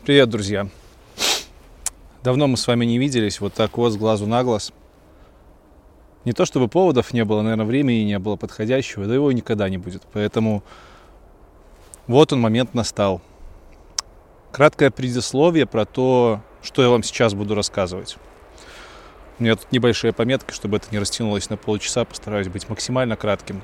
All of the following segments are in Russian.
Привет, друзья! Давно мы с вами не виделись, вот так вот, с глазу на глаз. Не то чтобы поводов не было, наверное, времени не было подходящего, да его никогда не будет. Поэтому вот он, момент настал. Краткое предисловие про то, что я вам сейчас буду рассказывать. У меня тут небольшая пометка, чтобы это не растянулось на полчаса, постараюсь быть максимально кратким.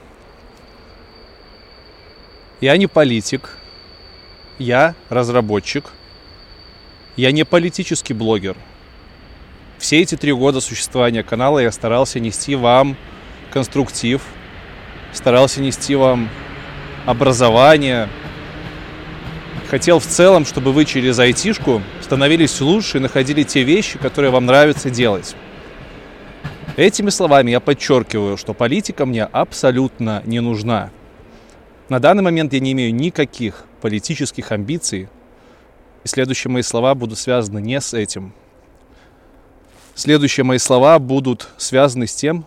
Я не политик, я разработчик, я не политический блогер. Все эти 3 года существования канала я старался нести вам конструктив, старался нести вам образование. Хотел в целом, чтобы вы через айтишку становились лучше и находили те вещи, которые вам нравится делать. Этими словами я подчеркиваю, что политика мне абсолютно не нужна. На данный момент я не имею никаких политических амбиций, и следующие мои слова будут связаны не с этим. Следующие мои слова будут связаны с тем,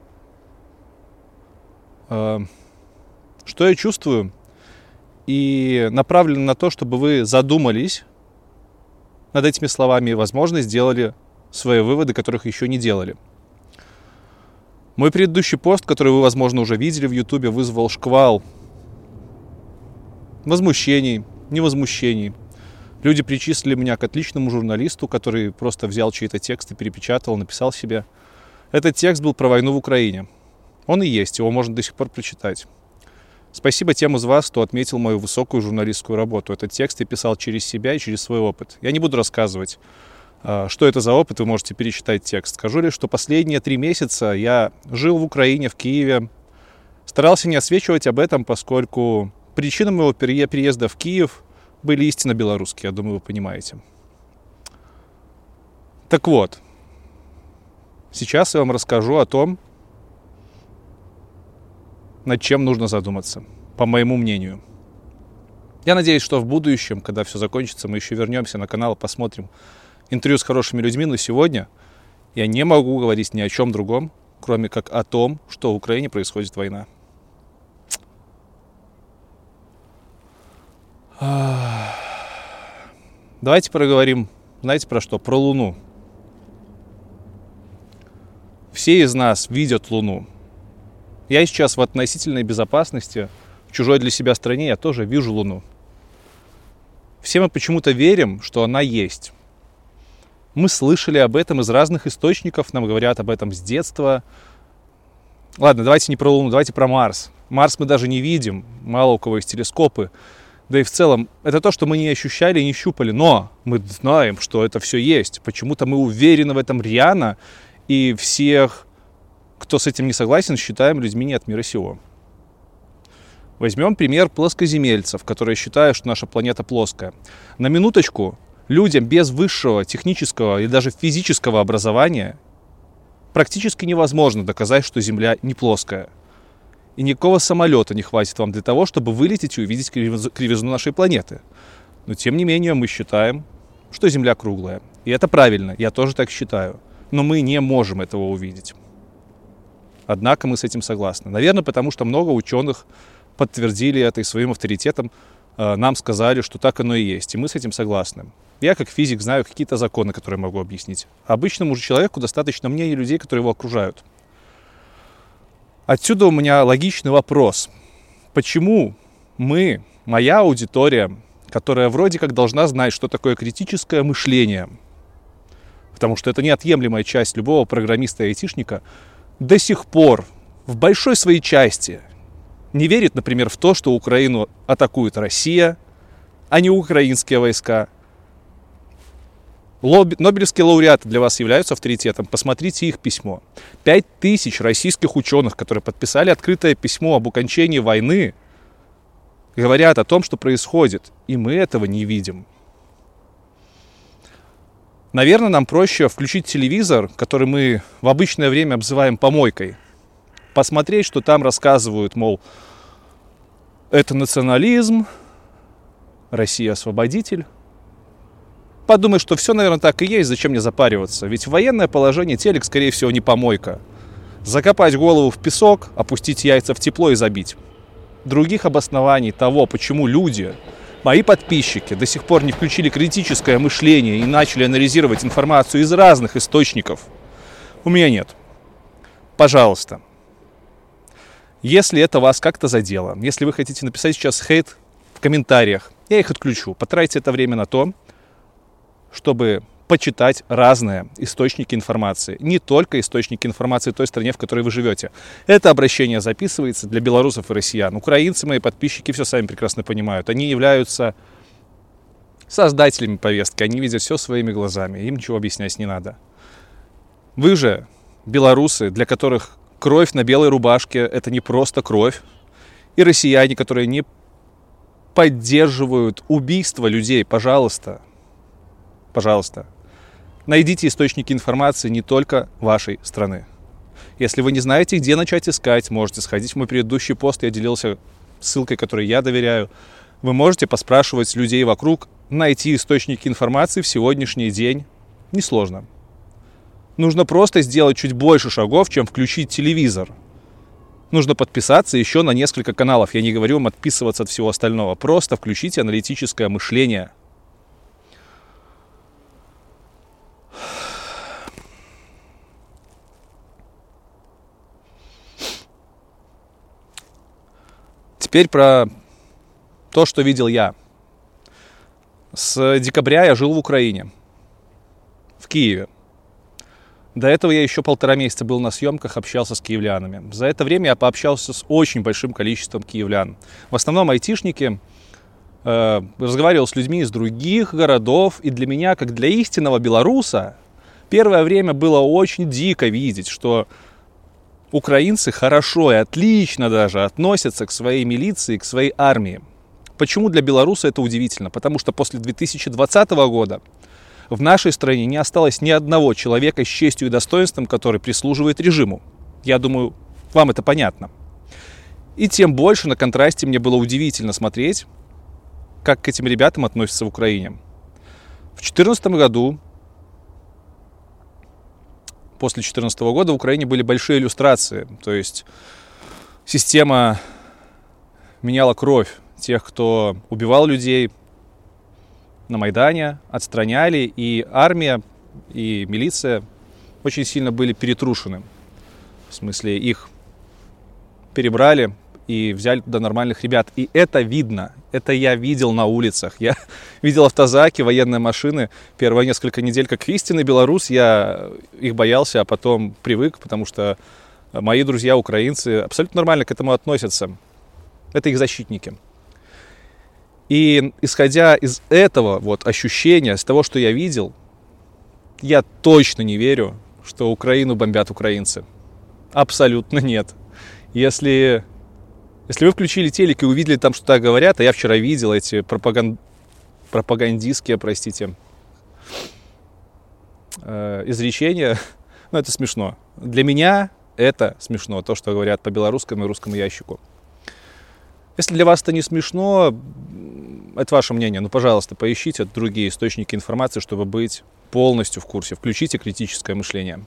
что я чувствую, и направлены на то, чтобы вы задумались над этими словами и, возможно, сделали свои выводы, которых еще не делали. Мой предыдущий пост, который вы, возможно, уже видели в Ютубе, вызвал шквал возмущений, невозмущений. Люди причислили меня к отличному журналисту, который просто взял чей-то текст и перепечатал, написал себе. Этот текст был про войну в Украине. Он и есть, его можно до сих пор прочитать. Спасибо тем из вас, кто отметил мою высокую журналистскую работу. Этот текст я писал через себя и через свой опыт. Я не буду рассказывать, что это за опыт, вы можете перечитать текст. Скажу лишь, что последние 3 месяца я жил в Украине, в Киеве. Старался не освечивать об этом, поскольку причины моего переезда в Киев были истинно белорусские, я думаю, вы понимаете. Так вот, сейчас я вам расскажу о том, над чем нужно задуматься, по моему мнению. Я надеюсь, что в будущем, когда все закончится, мы еще вернемся на канал, посмотрим интервью с хорошими людьми, но сегодня я не могу говорить ни о чем другом, кроме как о том, что в Украине происходит война. Давайте поговорим, знаете, про что? Про Луну. Все из нас видят Луну. Я сейчас в относительной безопасности, в чужой для себя стране, я тоже вижу Луну. Все мы почему-то верим, что она есть. Мы слышали об этом из разных источников, нам говорят об этом с детства. Ладно, давайте не про Луну, давайте про Марс. Марс мы даже не видим, мало у кого есть телескопы. Да и в целом, это то, что мы не ощущали и не щупали, но мы знаем, что это все есть. Почему-то мы уверены в этом рьяно, и всех, кто с этим не согласен, считаем людьми не от мира сего. Возьмем пример плоскоземельцев, которые считают, что наша планета плоская. На минуточку, людям без высшего технического и даже физического образования практически невозможно доказать, что Земля не плоская. И никакого самолета не хватит вам для того, чтобы вылететь и увидеть кривизну нашей планеты. Но тем не менее мы считаем, что Земля круглая. И это правильно, я тоже так считаю. Но мы не можем этого увидеть. Однако мы с этим согласны. Наверное, потому что много ученых подтвердили это и своим авторитетом нам сказали, что так оно и есть. И мы с этим согласны. Я как физик знаю какие-то законы, которые могу объяснить. Обычному же человеку достаточно мнения людей, которые его окружают. Отсюда у меня логичный вопрос. Почему мы, моя аудитория, которая вроде как должна знать, что такое критическое мышление, потому что это неотъемлемая часть любого программиста и айтишника, до сих пор в большой своей части не верит, например, в то, что Украину атакует Россия, а не украинские войска. Нобелевские лауреаты для вас являются авторитетом. Посмотрите их письмо. 5000 российских ученых, которые подписали открытое письмо об окончании войны, говорят о том, что происходит. И мы этого не видим. Наверное, нам проще включить телевизор, который мы в обычное время обзываем помойкой. Посмотреть, что там рассказывают, мол, это национализм, Россия освободитель. Подумай, что все, наверное, так и есть, зачем мне запариваться? Ведь в военное положение телек, скорее всего, не помойка. Закопать голову в песок, опустить яйца в тепло и забить. Других обоснований того, почему люди мои подписчики до сих пор не включили критическое мышление и начали анализировать информацию из разных источников, у меня нет. Пожалуйста. Если это вас как-то задело, если вы хотите написать сейчас хейт в комментариях, я их отключу. Потратьте это время на то, чтобы почитать разные источники информации. Не только источники информации той стране, в которой вы живете. Это обращение записывается для белорусов и россиян. Украинцы, мои подписчики, все сами прекрасно понимают. Они являются создателями повестки. Они видят все своими глазами. Им ничего объяснять не надо. Вы же, белорусы, для которых кровь на белой рубашке — это не просто кровь. И россияне, которые не поддерживают убийство людей, пожалуйста, найдите источники информации не только вашей страны. Если вы не знаете, где начать искать, можете сходить в мой предыдущий пост, я делился ссылкой, которой я доверяю. Вы можете поспрашивать людей вокруг, найти источники информации в сегодняшний день. Несложно. Нужно просто сделать чуть больше шагов, чем включить телевизор. Нужно подписаться еще на несколько каналов. Я не говорю вам отписываться от всего остального. Просто включите аналитическое мышление. Теперь про то, что видел я. С декабря я жил в Украине, в Киеве. До этого я еще 1,5 месяца был на съемках, общался с киевлянами. За это время я пообщался с очень большим количеством киевлян. В основном айтишники. Разговаривал с людьми из других городов. И для меня, как для истинного белоруса, первое время было очень дико видеть, что украинцы хорошо и отлично даже относятся к своей милиции, к своей армии. Почему для белоруса это удивительно? Потому что после 2020 года в нашей стране не осталось ни одного человека с честью и достоинством, который прислуживает режиму. Я думаю, вам это понятно. И тем больше на контрасте мне было удивительно смотреть, как к этим ребятам относятся в Украине. В 2014 году, после 2014 года в Украине были большие иллюстрации. То есть система меняла кровь тех, кто убивал людей на Майдане, отстраняли, и армия, и милиция очень сильно были перетрушены. В смысле, их перебрали и взяли туда нормальных ребят. И это видно, это я видел на улицах. Я видел автозаки, военные машины. Первые несколько недель, как истинный белорус, я их боялся, а потом привык, потому что мои друзья, украинцы, абсолютно нормально к этому относятся. Это их защитники. И исходя из этого вот ощущения, с того, что я видел, я точно не верю, что Украину бомбят украинцы. Абсолютно нет. Если вы включили телек и увидели там, что так говорят, а я вчера видел эти пропагандистские, изречения, ну это смешно. Для меня это смешно, то, что говорят по белорусскому и русскому ящику. Если для вас это не смешно, это ваше мнение. Ну, пожалуйста, поищите другие источники информации, чтобы быть полностью в курсе. Включите критическое мышление.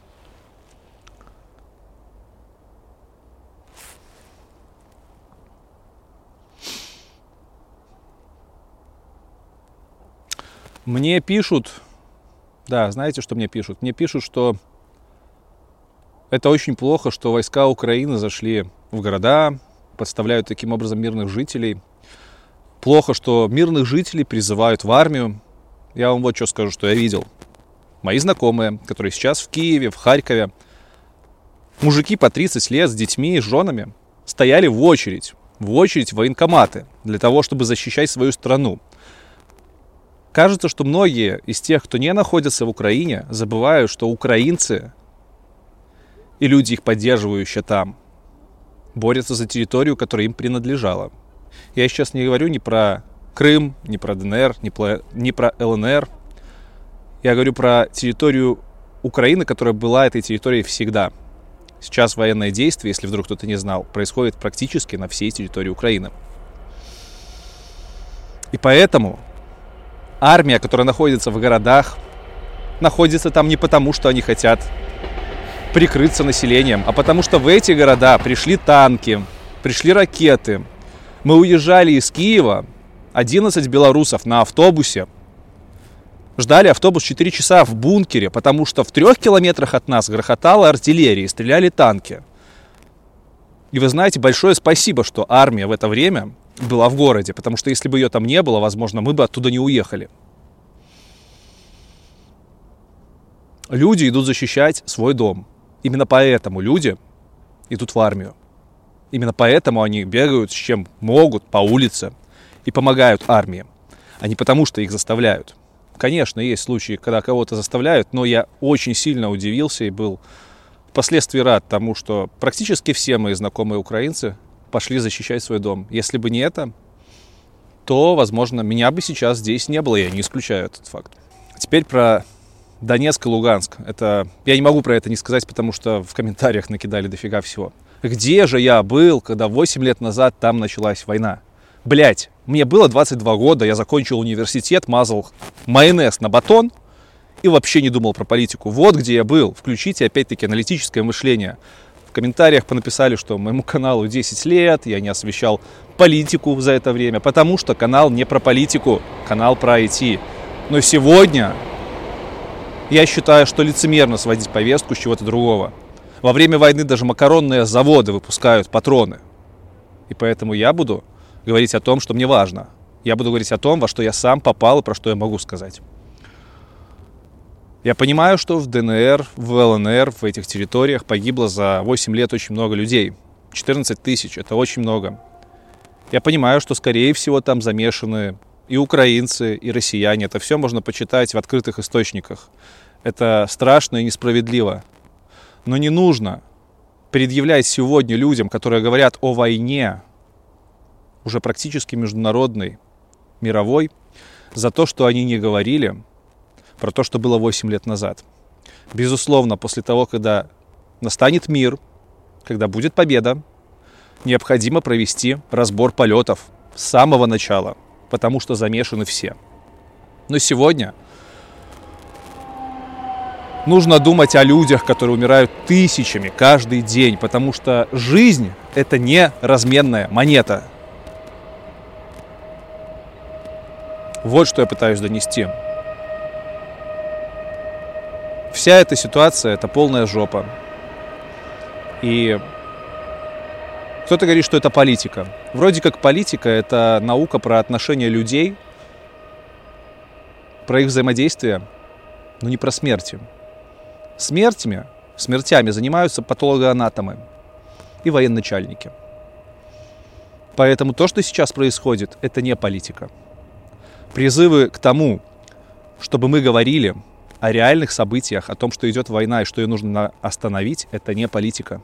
Мне пишут, да, знаете, что мне пишут? Мне пишут, что это очень плохо, что войска Украины зашли в города, подставляют таким образом мирных жителей. Плохо, что мирных жителей призывают в армию. Я вам вот что скажу, что я видел. Мои знакомые, которые сейчас в Киеве, в Харькове, мужики по 30 лет с детьми и с женами, стояли в очередь в военкоматы для того, чтобы защищать свою страну. Кажется, что многие из тех, кто не находится в Украине, забывают, что украинцы и люди, их поддерживающие там, борются за территорию, которая им принадлежала. Я сейчас не говорю ни про Крым, ни про ДНР, ни про ЛНР. Я говорю про территорию Украины, которая была этой территорией всегда. Сейчас военное действие, если вдруг кто-то не знал, происходит практически на всей территории Украины. И поэтому армия, которая находится в городах, находится там не потому, что они хотят прикрыться населением, а потому что в эти города пришли танки, пришли ракеты. Мы уезжали из Киева, 11 белорусов на автобусе ждали автобус 4 часа в бункере, потому что в 3 километрах от нас грохотала артиллерия и стреляли танки. И вы знаете, большое спасибо, что армия в это время была в городе, потому что если бы ее там не было, возможно, мы бы оттуда не уехали. Люди идут защищать свой дом. Именно поэтому люди идут в армию. Именно поэтому они бегают с чем могут по улице и помогают армии, а не потому, что их заставляют. Конечно, есть случаи, когда кого-то заставляют, но я очень сильно удивился и был впоследствии рад тому, что практически все мои знакомые украинцы пошли защищать свой дом. Если бы не это, то, возможно, меня бы сейчас здесь не было, я не исключаю этот факт. Теперь про Донецк и Луганск. Я не могу про это не сказать, потому что в комментариях накидали дофига всего. Где же я был, когда 8 лет назад там началась война? Блять, мне было 22 года, я закончил университет, мазал майонез на батон и вообще не думал про политику. Вот где я был. Включите, опять-таки, аналитическое мышление. В комментариях понаписали, что моему каналу 10 лет, я не освещал политику за это время, потому что канал не про политику, канал про IT. Но сегодня я считаю, что лицемерно сводить повестку с чего-то другого. Во время войны даже макаронные заводы выпускают патроны. И поэтому я буду говорить о том, что мне важно. Я буду говорить о том, во что я сам попал и про что я могу сказать. Я понимаю, что в ДНР, в ЛНР, в этих территориях погибло за 8 лет очень много людей. 14 тысяч – это очень много. Я понимаю, что, скорее всего, там замешаны и украинцы, и россияне. Это все можно почитать в открытых источниках. Это страшно и несправедливо. Но не нужно предъявлять сегодня людям, которые говорят о войне, уже практически международной, мировой, за то, что они не говорили про то, что было 8 лет назад. Безусловно, после того, когда настанет мир, когда будет победа, необходимо провести разбор полетов с самого начала, потому что замешаны все. Но сегодня нужно думать о людях, которые умирают тысячами каждый день, потому что жизнь – это не разменная монета. Вот что я пытаюсь донести. Вся эта ситуация – это полная жопа. И кто-то говорит, что это политика. Вроде как политика – это наука про отношения людей, про их взаимодействие, но не про смерти. Смертями занимаются патологоанатомы и военачальники. Поэтому то, что сейчас происходит, это не политика. Призывы к тому, чтобы мы говорили о реальных событиях, о том, что идет война и что ее нужно остановить, это не политика.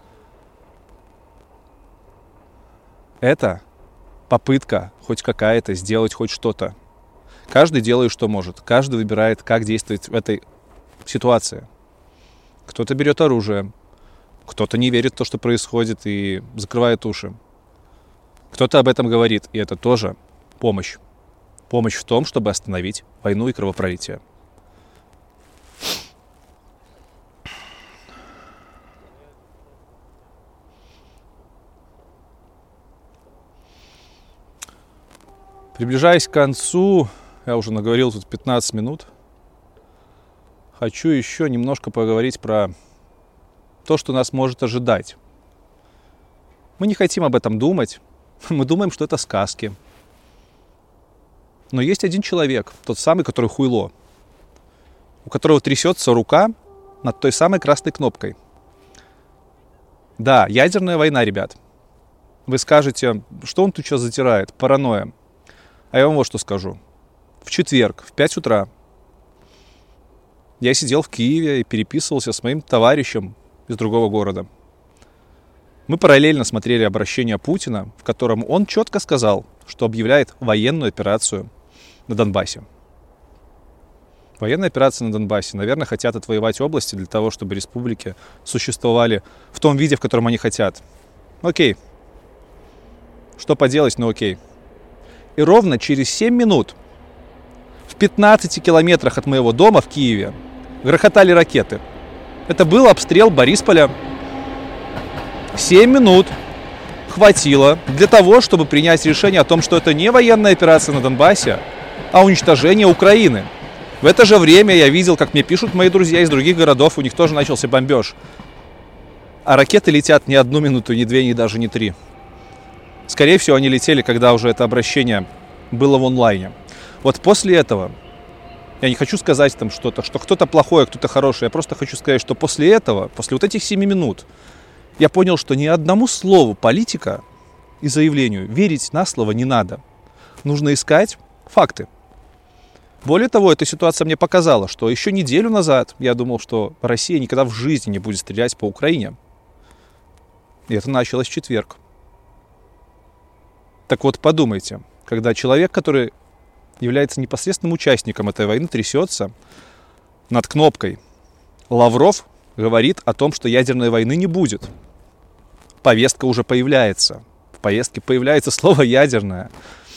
Это попытка хоть какая-то сделать хоть что-то. Каждый делает, что может. Каждый выбирает, как действовать в этой ситуации. Кто-то берет оружие, кто-то не верит в то, что происходит, и закрывает уши. Кто-то об этом говорит, и это тоже помощь. Помощь в том, чтобы остановить войну и кровопролитие. Приближаясь к концу, я уже наговорил тут 15 минут, хочу еще немножко поговорить про то, что нас может ожидать. Мы не хотим об этом думать, мы думаем, что это сказки. Но есть один человек, тот самый, который хуйло, у которого трясется рука над той самой красной кнопкой. Да, ядерная война, ребят. Вы скажете, что он тут что затирает, паранойя. А я вам вот что скажу. В четверг, в 5 утра, я сидел в Киеве и переписывался с моим товарищем из другого города. Мы параллельно смотрели обращение Путина, в котором он четко сказал, что объявляет военную операцию на Донбассе. Военная операция на Донбассе. Наверное, хотят отвоевать области для того, чтобы республики существовали в том виде, в котором они хотят. Окей. Что поделать, но окей. И ровно через 7 минут в 15 километрах от моего дома в Киеве грохотали ракеты. Это был обстрел Борисполя. 7 минут. хватило для того, чтобы принять решение о том, что это не военная операция на Донбассе, а уничтожение Украины. В это же время я видел, как мне пишут мои друзья из других городов, у них тоже начался бомбеж. А ракеты летят не 1 минуту, не 2, не даже не 3. Скорее всего, они летели, когда уже это обращение было в онлайне. Вот после этого, я не хочу сказать там что-то, что кто-то плохой, а кто-то хороший. Я просто хочу сказать, что после этого, после вот этих 7 минут, я понял, что ни одному слову политика и заявлению верить на слово не надо. Нужно искать факты. Более того, эта ситуация мне показала, что еще неделю назад я думал, что Россия никогда в жизни не будет стрелять по Украине. И это началось в четверг. Так вот, подумайте, когда человек, который является непосредственным участником этой войны, трясется над кнопкой, Лавров говорит о том, что ядерной войны не будет. Повестка уже появляется. В повестке появляется слово «ядерное».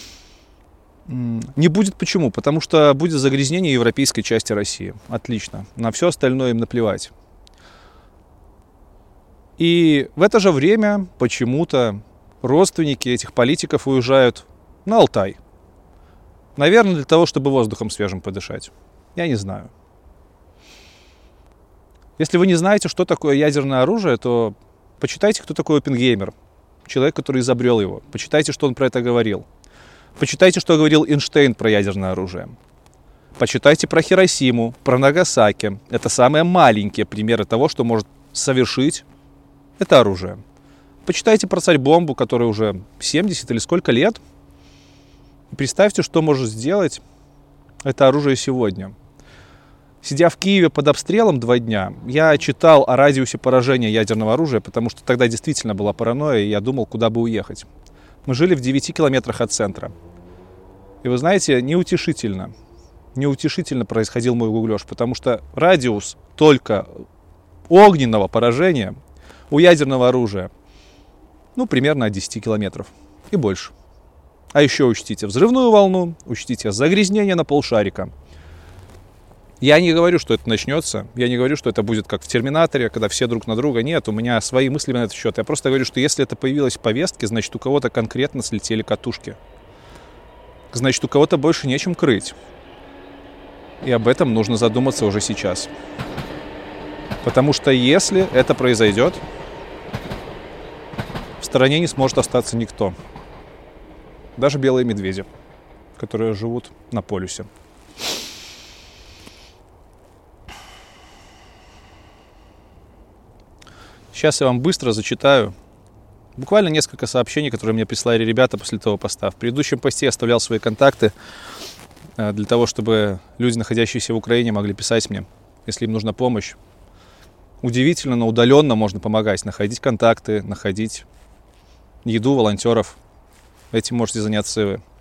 Не будет почему? Потому что будет загрязнение европейской части России. Отлично. На все остальное им наплевать. И в это же время почему-то родственники этих политиков уезжают на Алтай. Наверное, для того, чтобы воздухом свежим подышать. Я не знаю. Если вы не знаете, что такое ядерное оружие, то почитайте, кто такой Оппенгеймер. Человек, который изобрел его. Почитайте, что он про это говорил. Почитайте, что говорил Эйнштейн про ядерное оружие. Почитайте про Хиросиму, про Нагасаки. Это самые маленькие примеры того, что может совершить это оружие. Почитайте про царь-бомбу, которой уже 70 или сколько лет. И представьте, что может сделать это оружие сегодня. Сидя в Киеве под обстрелом 2 дня, я читал о радиусе поражения ядерного оружия, потому что тогда действительно была паранойя, и я думал, куда бы уехать. Мы жили в 9 километрах от центра. И вы знаете, неутешительно происходил мой гуглёж, потому что радиус только огненного поражения у ядерного оружия, примерно от 10 километров и больше. А еще учтите взрывную волну, учтите загрязнение на полшарика. Я не говорю, что это начнется, я не говорю, что это будет как в «Терминаторе», когда все друг на друга. Нет, у меня свои мысли на этот счет. Я просто говорю, что если это появилось в повестке, значит, у кого-то конкретно слетели катушки. Значит, у кого-то больше нечем крыть. И об этом нужно задуматься уже сейчас. Потому что если это произойдет, в стороне не сможет остаться никто. Даже белые медведи, которые живут на полюсе. Сейчас я вам быстро зачитаю буквально несколько сообщений, которые мне прислали ребята после того поста. В предыдущем посте я оставлял свои контакты для того, чтобы люди, находящиеся в Украине, могли писать мне, если им нужна помощь. Удивительно, но удаленно можно помогать, находить контакты, находить еду, волонтеров. Этим можете заняться и вы.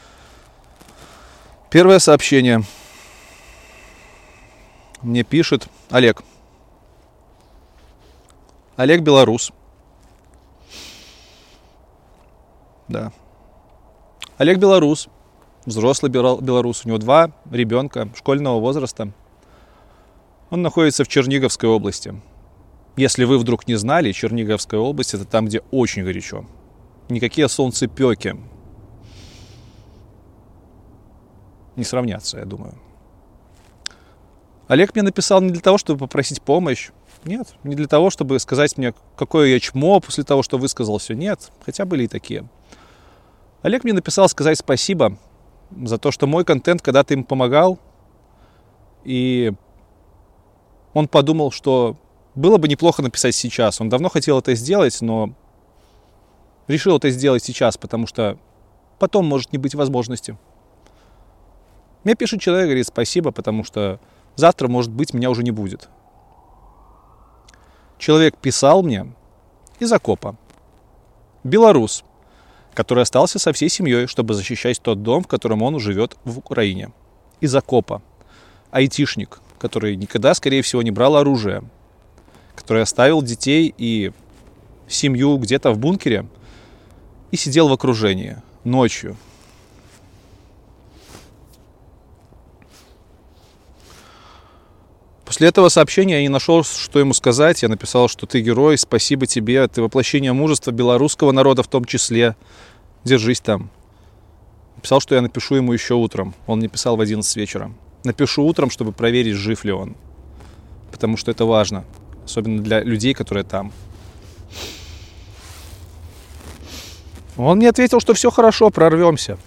Первое сообщение. Мне пишет Олег. Олег белорус. Да. Олег белорус. Взрослый белорус. У него 2 ребенка школьного возраста. Он находится в Черниговской области. Если вы вдруг не знали, Черниговская область — это там, где очень горячо. Никакие солнцепёки не сравнятся, я думаю. Олег мне написал не для того, чтобы попросить помощь. Нет, не для того, чтобы сказать мне, какое я чмо после того, что высказал все. Нет, хотя были и такие. Олег мне написал сказать спасибо за то, что мой контент когда-то им помогал. И он подумал, что было бы неплохо написать сейчас. Он давно хотел это сделать, но решил это сделать сейчас, потому что потом может не быть возможности. Мне пишет человек, говорит спасибо, потому что завтра, может быть, меня уже не будет. Человек писал мне из окопа. Белорус, который остался со всей семьей, чтобы защищать тот дом, в котором он живет в Украине. Из окопа. Айтишник, который никогда, скорее всего, не брал оружие. Который оставил детей и семью где-то в бункере и сидел в окружении ночью. После этого сообщения я не нашел, что ему сказать. Я написал, что ты герой, спасибо тебе, ты воплощение мужества белорусского народа в том числе. Держись там. Написал, что я напишу ему еще утром. Он мне писал в 11 вечера. Напишу утром, чтобы проверить, жив ли он. Потому что это важно. Особенно для людей, которые там. Он мне ответил, что все хорошо, прорвемся.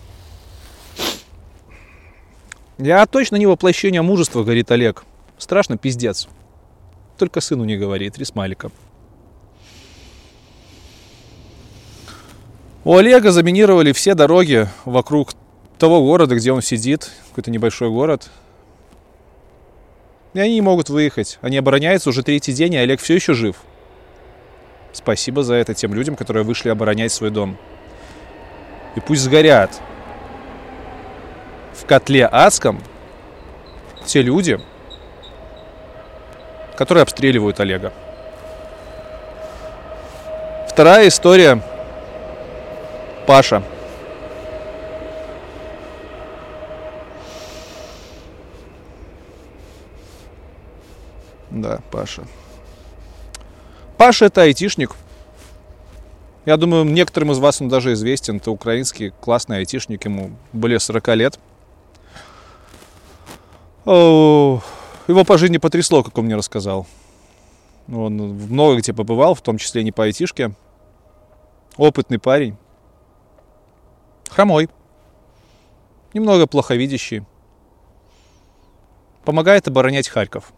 Я точно не воплощение мужества, говорит Олег. Страшно, пиздец. Только сыну не говори, 3 смайлика. У Олега заминировали все дороги вокруг того города, где он сидит. Какой-то небольшой город. И они не могут выехать. Они обороняются уже 3-й день, и Олег все еще жив. Спасибо за это тем людям, которые вышли оборонять свой дом. И пусть сгорят в котле адском те люди, которые обстреливают Олега. Вторая история. Паша. Да, Паша. Паша — это айтишник. Я думаю, некоторым из вас он даже известен. Это украинский классный айтишник, ему более 40 лет. Его по жизни потрясло, как он мне рассказал. Он много где побывал, в том числе не по айтишке. Опытный парень. Хромой. Немного плоховидящий. Помогает оборонять Харьков.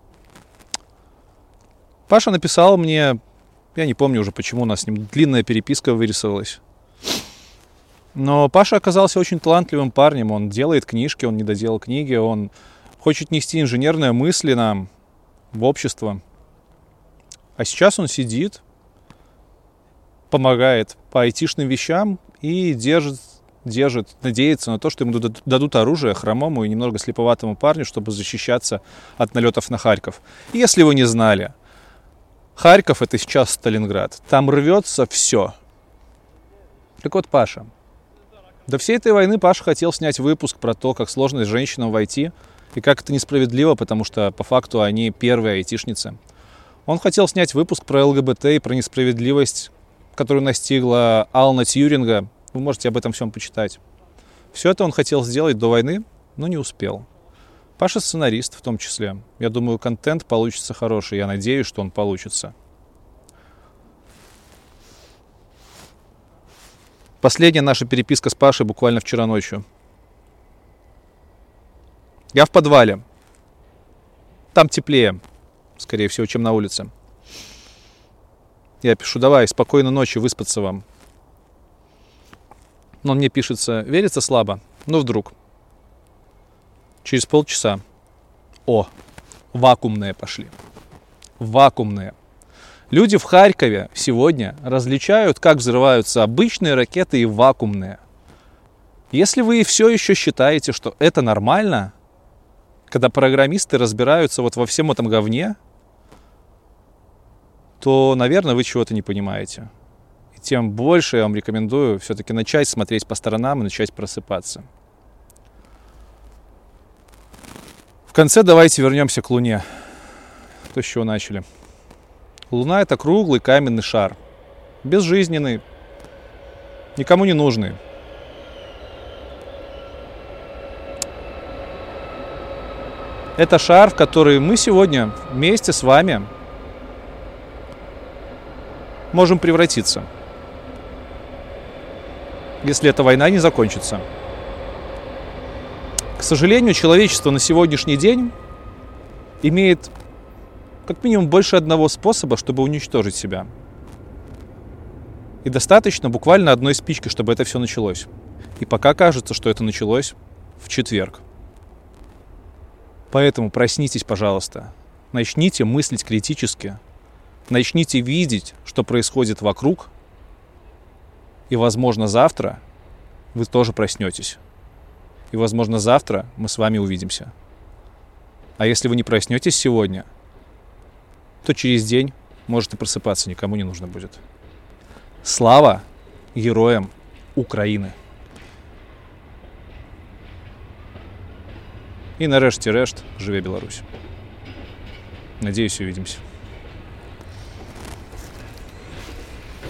Паша написал мне, я не помню уже, почему у нас с ним длинная переписка вырисовалась. Но Паша оказался очень талантливым парнем. Он делает книжки, он не доделал книги, он хочет нести инженерные мысли нам в общество. А сейчас он сидит, помогает по айтишным вещам и держит, надеется на то, что ему дадут оружие хромому и немного слеповатому парню, чтобы защищаться от налетов на Харьков. И если вы не знали, Харьков — это сейчас Сталинград. Там рвется все. Так вот, Паша. До всей этой войны Паша хотел снять выпуск про то, как сложно женщинам войти, и как это несправедливо, потому что по факту они первые айтишницы. Он хотел снять выпуск про ЛГБТ и про несправедливость, которую настигла Алана Тьюринга. Вы можете об этом всем почитать. Все это он хотел сделать до войны, но не успел. Паша сценарист в том числе. Я думаю, контент получится хороший. Я надеюсь, что он получится. Последняя наша переписка с Пашей буквально вчера ночью. Я в подвале. Там теплее, скорее всего, чем на улице. Я пишу: давай, спокойной ночи, выспаться вам. Но он мне пишется: верится слабо, но вдруг. Через полчаса. О, вакуумные пошли. Вакуумные. Люди в Харькове сегодня различают, как взрываются обычные ракеты и вакуумные. Если вы все еще считаете, что это нормально, когда программисты разбираются вот во всем этом говне, то, наверное, вы чего-то не понимаете. И тем больше я вам рекомендую все-таки начать смотреть по сторонам и начать просыпаться. В конце давайте вернемся к Луне. То, с чего начали. Луна — это круглый каменный шар. Безжизненный. Никому не нужный. Это шар, в который мы сегодня вместе с вами можем превратиться. Если эта война не закончится. К сожалению, человечество на сегодняшний день имеет как минимум больше одного способа, чтобы уничтожить себя. И достаточно буквально одной спички, чтобы это все началось. И пока кажется, что это началось в четверг. Поэтому проснитесь, пожалуйста. Начните мыслить критически. Начните видеть, что происходит вокруг. И, возможно, завтра вы тоже проснетесь. И, возможно, завтра мы с вами увидимся. А если вы не проснетесь сегодня, то через день можете просыпаться, никому не нужно будет. Слава героям Украины! И нарешті решт, живе Беларусь! Надеюсь, увидимся.